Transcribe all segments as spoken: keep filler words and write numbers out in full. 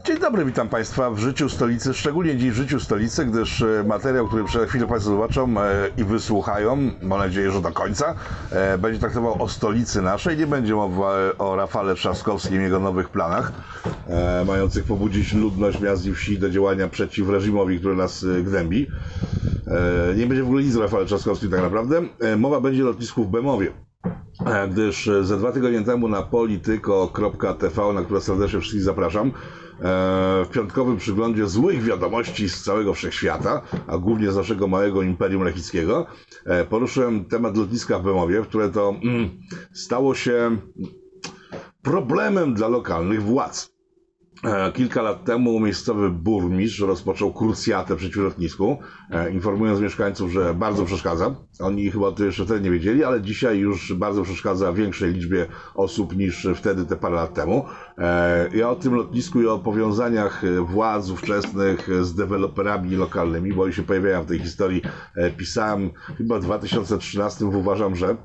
Dzień dobry, witam Państwa w Życiu Stolicy, szczególnie dziś w Życiu Stolicy, gdyż materiał, który przez chwilę Państwo zobaczą i wysłuchają, mam nadzieję, że do końca, będzie traktował o stolicy naszej. Nie będzie mowa o Rafale Trzaskowskim i jego nowych planach, mających pobudzić ludność miast i wsi do działania przeciw reżimowi, który nas gnębi. Nie będzie w ogóle nic o Rafale Trzaskowskim tak naprawdę. Mowa będzie o lotnisku w Bemowie. Gdyż ze dwa tygodnie temu na polityko kropka t v, na które serdecznie wszystkich zapraszam, w piątkowym przyglądzie złych wiadomości z całego wszechświata, a głównie z naszego małego imperium lechickiego, poruszyłem temat lotniska w Bemowie, które to mm, stało się problemem dla lokalnych władz. Kilka lat temu miejscowy burmistrz rozpoczął krucjatę przeciw lotnisku, informując mieszkańców, że bardzo przeszkadza. Oni chyba o tym jeszcze wtedy nie wiedzieli, ale dzisiaj już bardzo przeszkadza większej liczbie osób niż wtedy te parę lat temu. Ja o tym lotnisku i o powiązaniach władz ówczesnych z deweloperami lokalnymi, bo oni się pojawiają w tej historii, pisałem chyba w dwa tysiące trzynastym, uważam, że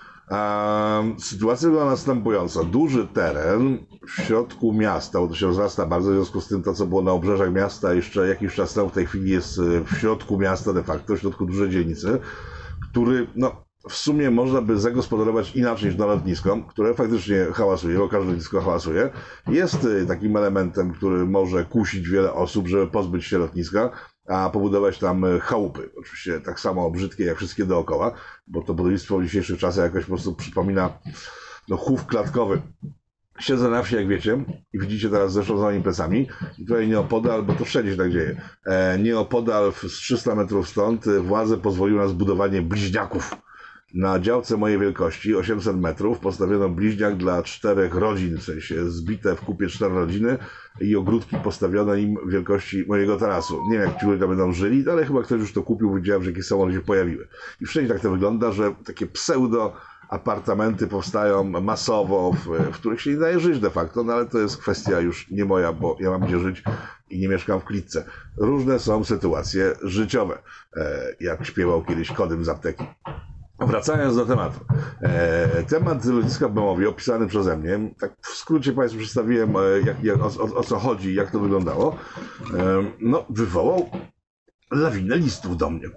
sytuacja była następująca. Duży teren w środku miasta, bo to się rozrasta bardzo, w związku z tym to, co było na obrzeżach miasta jeszcze jakiś czas temu, w tej chwili jest w środku miasta de facto, w środku dużej dzielnicy, który no, w sumie można by zagospodarować inaczej niż na lotnisko, które faktycznie hałasuje, bo każde lotnisko hałasuje. Jest takim elementem, który może kusić wiele osób, żeby pozbyć się lotniska, a pobudować tam chałupy. Oczywiście tak samo brzydkie jak wszystkie dookoła, bo to budownictwo w dzisiejszych czasach jakoś po prostu przypomina no, chów klatkowy. Siedzę na wsi, jak wiecie, i widzicie teraz zresztą za moimi plecami, i tutaj nieopodal, bo to wszędzie się tak dzieje, e, nieopodal z trzysta metrów stąd władze pozwoliły na zbudowanie bliźniaków. Na działce mojej wielkości, osiemset metrów, postawiono bliźniak dla czterech rodzin, w sensie zbite w kupie cztery rodziny i ogródki postawiono im wielkości mojego tarasu. Nie wiem, jak ci ludzie tam będą żyli, ale chyba ktoś już to kupił, widziałem, że jakieś samoloty się pojawiły. I wszędzie tak to wygląda, że takie pseudo apartamenty powstają masowo, w, w których się nie daje żyć de facto, no ale to jest kwestia już nie moja, bo ja mam gdzie żyć i nie mieszkam w klitce. Różne są sytuacje życiowe, e, jak śpiewał kiedyś Kodym z apteki. Wracając do tematu. E, temat lotniska w Bemowie opisany przeze mnie, tak w skrócie Państwu przedstawiłem, jak, jak, o, o, o co chodzi, jak to wyglądało, e, no wywołał lawinę listów do mnie.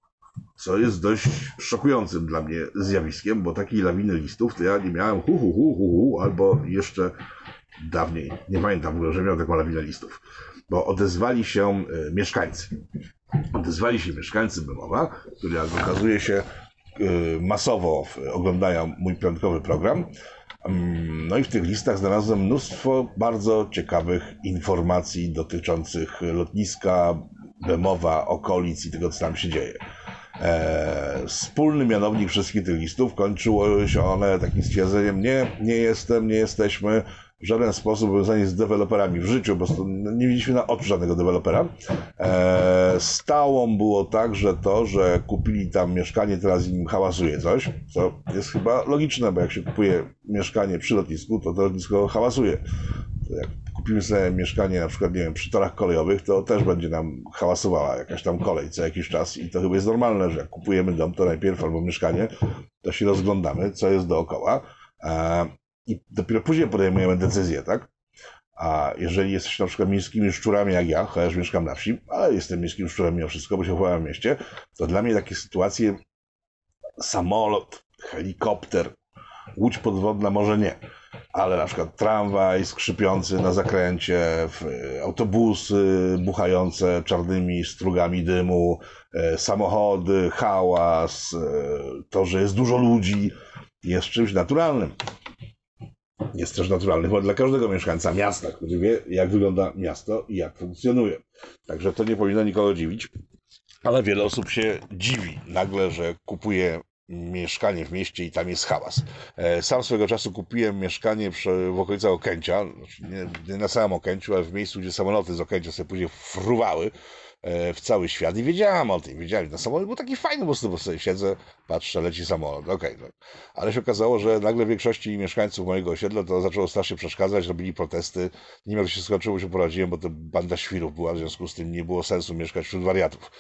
Co jest dość szokującym dla mnie zjawiskiem, bo takiej lawiny listów to ja nie miałem hu hu hu hu, hu albo jeszcze dawniej. Nie pamiętam w ogóle, że miał taką lawinę listów. Bo odezwali się e, mieszkańcy. Odezwali się mieszkańcy Bemowa, którzy jak okazuje się masowo oglądają mój piątkowy program. No i w tych listach znalazłem mnóstwo bardzo ciekawych informacji dotyczących lotniska, Bemowa, okolic i tego, co tam się dzieje. Eee, wspólny mianownik wszystkich tych listów kończyło się one takim stwierdzeniem: nie, nie jestem, nie jesteśmy w żaden sposób powiązani z deweloperami w życiu, bo nie widzieliśmy na oczy żadnego dewelopera. Eee, stałą było także to, że kupili tam mieszkanie, teraz im hałasuje coś, co jest chyba logiczne, bo jak się kupuje mieszkanie przy lotnisku, to to lotnisko hałasuje. To jak kupimy sobie mieszkanie na przykład, nie wiem, przy torach kolejowych, to też będzie nam hałasowała jakaś tam kolej co jakiś czas i to chyba jest normalne, że jak kupujemy dom, to najpierw albo mieszkanie, to się rozglądamy, co jest dookoła. Eee, I dopiero później podejmujemy decyzję, tak? A jeżeli jesteś na przykład miejskimi szczurami jak ja, chociaż mieszkam na wsi, ale jestem miejskim szczurem mimo wszystko, bo się chowałem w mieście, to dla mnie takie sytuacje, samolot, helikopter, łódź podwodna może nie, ale na przykład tramwaj skrzypiący na zakręcie, autobusy buchające czarnymi strugami dymu, samochody, hałas, to, że jest dużo ludzi, jest czymś naturalnym. Jest też naturalny chyba dla każdego mieszkańca miasta, który wie, jak wygląda miasto i jak funkcjonuje. Także to nie powinno nikogo dziwić, ale wiele osób się dziwi nagle, że kupuje mieszkanie w mieście i tam jest hałas. Sam swego czasu kupiłem mieszkanie przy, w okolicach Okęcia, znaczy nie, nie na samym Okęciu, ale w miejscu, gdzie samoloty z Okęcia sobie później fruwały w cały świat i wiedziałam o tym, wiedziałem, że ten samolot był taki fajny, po prostu, bo sobie siedzę, patrzę, leci samolot, okej. Okay, no. Ale się okazało, że nagle większości mieszkańców mojego osiedla to zaczęło strasznie przeszkadzać, robili protesty, nie wiem jak to się skończyło, się poradziłem, bo to banda świrów była, w związku z tym nie było sensu mieszkać wśród wariatów.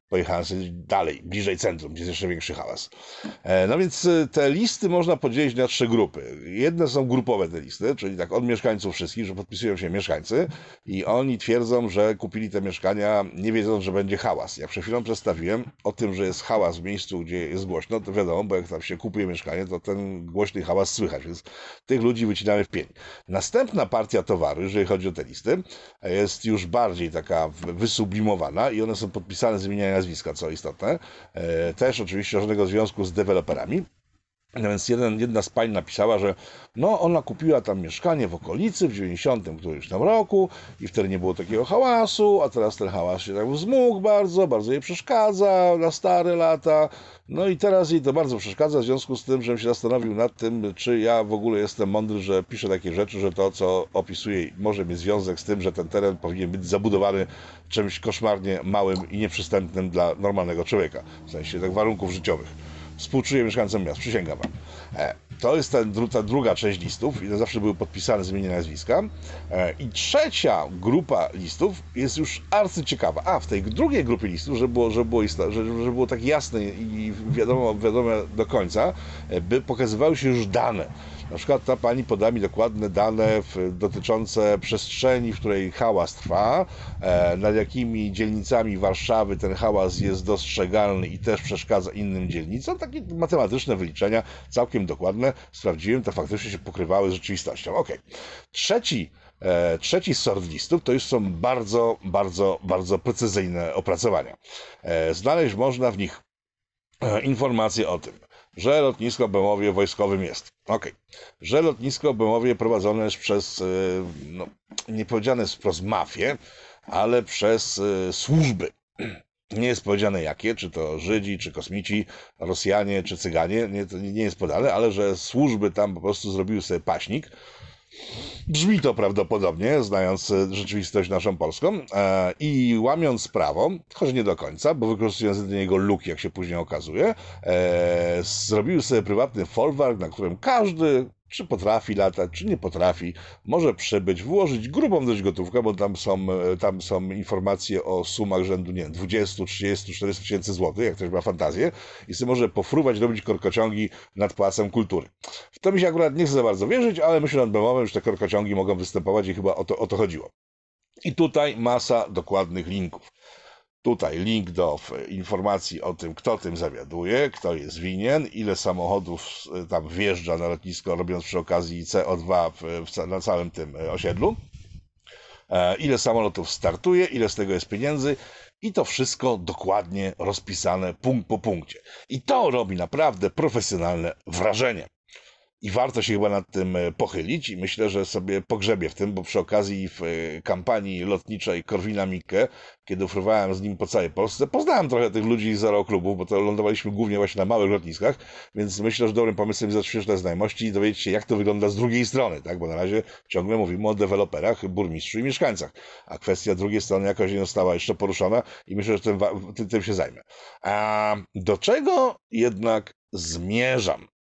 pojechałem sobie dalej, bliżej centrum, gdzie jest jeszcze większy hałas. E, no więc e, te listy można podzielić na trzy grupy. Jedne są grupowe te listy, czyli tak od mieszkańców wszystkich, że podpisują się mieszkańcy i oni twierdzą, że kupili te mieszkania nie wiedząc, że będzie hałas. Jak przed chwilą przedstawiłem o tym, że jest hałas w miejscu, gdzie jest głośno, to wiadomo, bo jak tam się kupuje mieszkanie, to ten głośny hałas słychać, więc tych ludzi wycinamy w pień. Następna partia towaru, jeżeli chodzi o te listy, jest już bardziej taka wysublimowana i one są podpisane z imienia i nazwiska, co istotne. E, też oczywiście żadnego związku z deweloperami. No więc jeden, jedna z pań napisała, że no ona kupiła tam mieszkanie w okolicy w dziewięćdziesiątym którymś tam roku i wtedy nie było takiego hałasu, a teraz ten hałas się tak wzmógł bardzo, bardzo jej przeszkadza na stare lata. No i teraz jej to bardzo przeszkadza w związku z tym, że się zastanowił nad tym, czy ja w ogóle jestem mądry, że piszę takie rzeczy, że to, co opisuję, może mieć związek z tym, że ten teren powinien być zabudowany czymś koszmarnie małym i nieprzystępnym dla normalnego człowieka, w sensie tak warunków życiowych. Współczuję mieszkańcom miast, przysięgam wam. E, to jest ta, ta druga część listów i one zawsze były podpisane z imienia i nazwiska. E, I trzecia grupa listów jest już arcyciekawa. A, w tej drugiej grupie listów, żeby było, żeby było, że, żeby było tak jasne i wiadomo, wiadomo do końca, by pokazywały się już dane. Na przykład ta pani poda mi dokładne dane w, dotyczące przestrzeni, w której hałas trwa, e, nad jakimi dzielnicami Warszawy ten hałas jest dostrzegalny i też przeszkadza innym dzielnicom. Takie matematyczne wyliczenia, całkiem dokładne. Sprawdziłem, to faktycznie się pokrywały z rzeczywistością. Ok. Trzeci, e, trzeci sort listów to już są bardzo, bardzo, bardzo precyzyjne opracowania. E, znaleźć można w nich e, informacje o tym, że lotnisko Bemowie wojskowym jest. Okej. Okay. Że lotnisko Bemowie prowadzone jest przez, no, nie powiedziane wprost mafię, ale przez służby. Nie jest powiedziane jakie, czy to Żydzi, czy kosmici, Rosjanie, czy Cyganie, nie, to nie jest podane, ale że służby tam po prostu zrobiły sobie paśnik. Brzmi to prawdopodobnie, znając rzeczywistość naszą polską, e, i łamiąc prawo, choć nie do końca, bo wykorzystując do niego luki, jak się później okazuje, e, zrobiły sobie prywatny folwark, na którym każdy, czy potrafi latać, czy nie potrafi, może przybyć, włożyć grubą dość gotówkę, bo tam są, tam są informacje o sumach rzędu, nie wiem, dwadzieścia, trzydzieści, czterdzieści tysięcy złotych, jak ktoś ma fantazję, i sobie może pofruwać, robić korkociągi nad Pałacem Kultury. W to mi się akurat nie chce za bardzo wierzyć, ale myślę nad Bełomem, że te korkociągi mogą występować i chyba o to, o to chodziło. I tutaj masa dokładnych linków. Tutaj link do informacji o tym, kto tym zawiaduje, kto jest winien, ile samochodów tam wjeżdża na lotnisko, robiąc przy okazji C O dwa w, w, na całym tym osiedlu, e, ile samolotów startuje, ile z tego jest pieniędzy i to wszystko dokładnie rozpisane punkt po punkcie. I to robi naprawdę profesjonalne wrażenie. I warto się chyba nad tym pochylić i myślę, że sobie pogrzebię w tym, bo przy okazji w kampanii lotniczej Korwina-Mikke, kiedy ufrowałem z nim po całej Polsce, poznałem trochę tych ludzi z aeroklubów, bo to lądowaliśmy głównie właśnie na małych lotniskach, więc myślę, że dobrym pomysłem jest zacząć te znajomości i dowiedzieć się, jak to wygląda z drugiej strony, tak? Bo na razie ciągle mówimy o deweloperach, burmistrzu i mieszkańcach, a kwestia drugiej strony jakoś nie została jeszcze poruszona i myślę, że tym, tym, tym się zajmę. A do czego jednak zmierzam?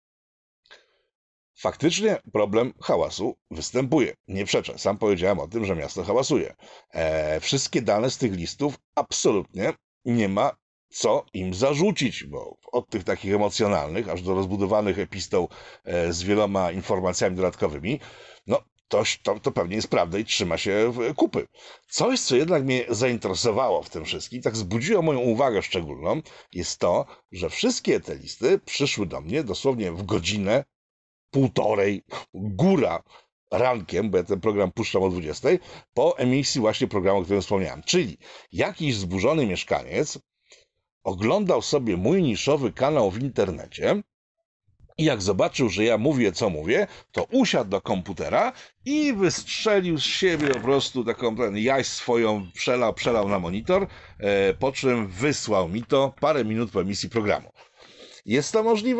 Faktycznie problem hałasu występuje. Nie przeczę. Sam powiedziałem o tym, że miasto hałasuje. E, wszystkie dane z tych listów absolutnie nie ma co im zarzucić, bo od tych takich emocjonalnych, aż do rozbudowanych epistoł e, z wieloma informacjami dodatkowymi, no to, to, to pewnie jest prawda i trzyma się kupy. Coś, co jednak mnie zainteresowało w tym wszystkim, tak wzbudziło moją uwagę szczególną, jest to, że wszystkie te listy przyszły do mnie dosłownie w godzinę, półtorej, góra rankiem, bo ja ten program puszczam o dwudziestej, po emisji właśnie programu, o którym wspomniałem. Czyli jakiś zburzony mieszkaniec oglądał sobie mój niszowy kanał w internecie i jak zobaczył, że ja mówię, co mówię, to usiadł do komputera i wystrzelił z siebie po prostu taką ten jaś swoją, przelał, przelał na monitor, e, po czym wysłał mi to parę minut po emisji programu. Jest to możliwe?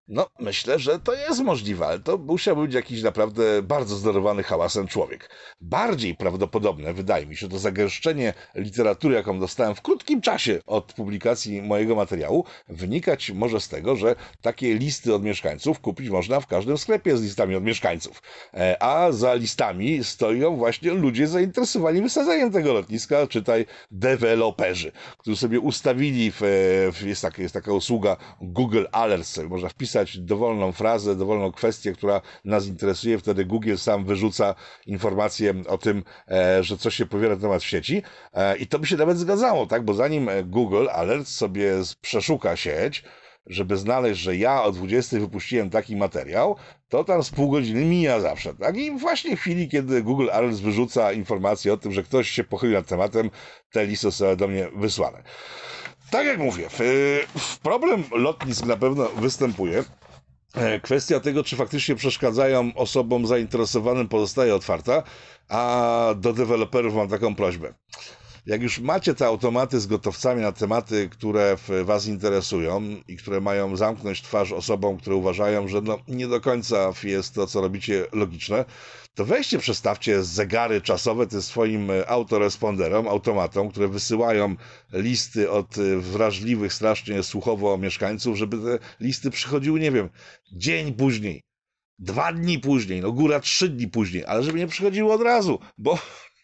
No, myślę, że to jest możliwe, ale to musiał być jakiś naprawdę bardzo zdarowany hałasem człowiek. Bardziej prawdopodobne, wydaje mi się, to zagęszczenie literatury, jaką dostałem w krótkim czasie od publikacji mojego materiału, wynikać może z tego, że takie listy od mieszkańców kupić można w każdym sklepie z listami od mieszkańców. E, A za listami stoją właśnie ludzie zainteresowani wysadzeniem tego lotniska, czytaj deweloperzy, którzy sobie ustawili, w, w, jest, taka, jest taka usługa Google Alerts, sobie można wpisać dowolną frazę, dowolną kwestię, która nas interesuje, wtedy Google sam wyrzuca informację o tym, e, że coś się powiela na temat w sieci e, i to by się nawet zgadzało, tak, bo zanim Google Alert sobie przeszuka sieć, żeby znaleźć, że ja o dwudziestej wypuściłem taki materiał, to tam z pół godziny mija zawsze, tak? I właśnie w chwili, kiedy Google Alert wyrzuca informację o tym, że ktoś się pochylił nad tematem, te listy zostały do mnie wysłane. Tak jak mówię, problem lotnisk na pewno występuje. Kwestia tego, czy faktycznie przeszkadzają osobom zainteresowanym, pozostaje otwarta, a do deweloperów mam taką prośbę. Jak już macie te automaty z gotowcami na tematy, które was interesują i które mają zamknąć twarz osobom, które uważają, że no nie do końca jest to, co robicie, logiczne, to weźcie, przestawcie zegary czasowe tym swoim autoresponderom, automatom, które wysyłają listy od wrażliwych strasznie słuchowo mieszkańców, żeby te listy przychodziły, nie wiem, dzień później, dwa dni później, no góra trzy dni później, ale żeby nie przychodziły od razu, bo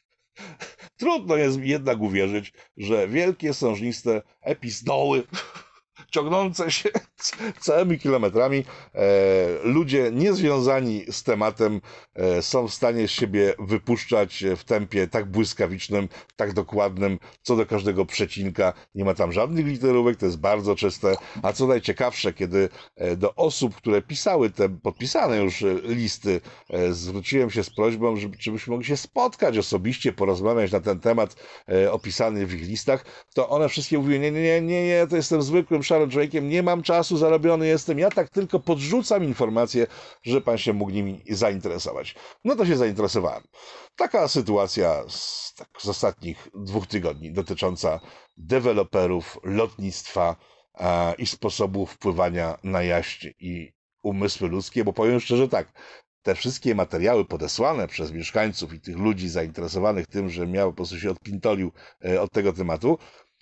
trudno jest jednak uwierzyć, że wielkie, sążniste epistoły ciągnące się całymi kilometrami, e, ludzie niezwiązani z tematem e, są w stanie z siebie wypuszczać w tempie tak błyskawicznym, tak dokładnym, co do każdego przecinka. Nie ma tam żadnych literówek, to jest bardzo czyste. A co najciekawsze, kiedy e, do osób, które pisały te podpisane już listy, e, zwróciłem się z prośbą, żeby, żebyśmy mogli się spotkać osobiście, porozmawiać na ten temat e, opisany w ich listach, to one wszystkie mówiły, nie, nie, nie, nie, nie, to jestem zwykłym szarym człowiekiem, nie mam czasu, zarobiony jestem, ja tak tylko podrzucam informację, że pan się mógł nimi zainteresować. No to się zainteresowałem. Taka sytuacja z, tak, z ostatnich dwóch tygodni dotycząca deweloperów, lotnictwa a, i sposobu wpływania na jaźń i umysły ludzkie, bo powiem szczerze tak, te wszystkie materiały podesłane przez mieszkańców i tych ludzi zainteresowanych tym, że miał po prostu się odpintolił e, od tego tematu,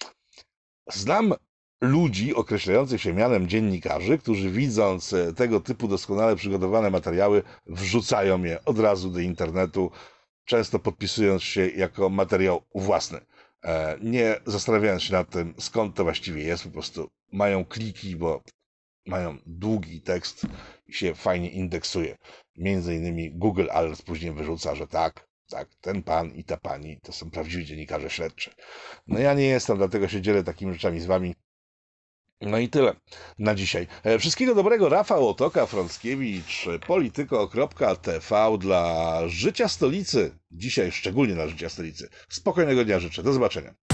znam ludzi określających się mianem dziennikarzy, którzy widząc tego typu doskonale przygotowane materiały, wrzucają je od razu do internetu, często podpisując się jako materiał własny. Nie zastanawiając się nad tym, skąd to właściwie jest, po prostu mają kliki, bo mają długi tekst i się fajnie indeksuje. Między innymi Google Alert później wyrzuca, że tak, tak, ten pan i ta pani to są prawdziwi dziennikarze śledczy. No ja nie jestem, dlatego się dzielę takimi rzeczami z wami. No i tyle na dzisiaj. Wszystkiego dobrego. Rafał Otoka, Frąckiewicz, polityko kropka t v dla życia stolicy. Dzisiaj szczególnie dla życia stolicy. Spokojnego dnia życzę. Do zobaczenia.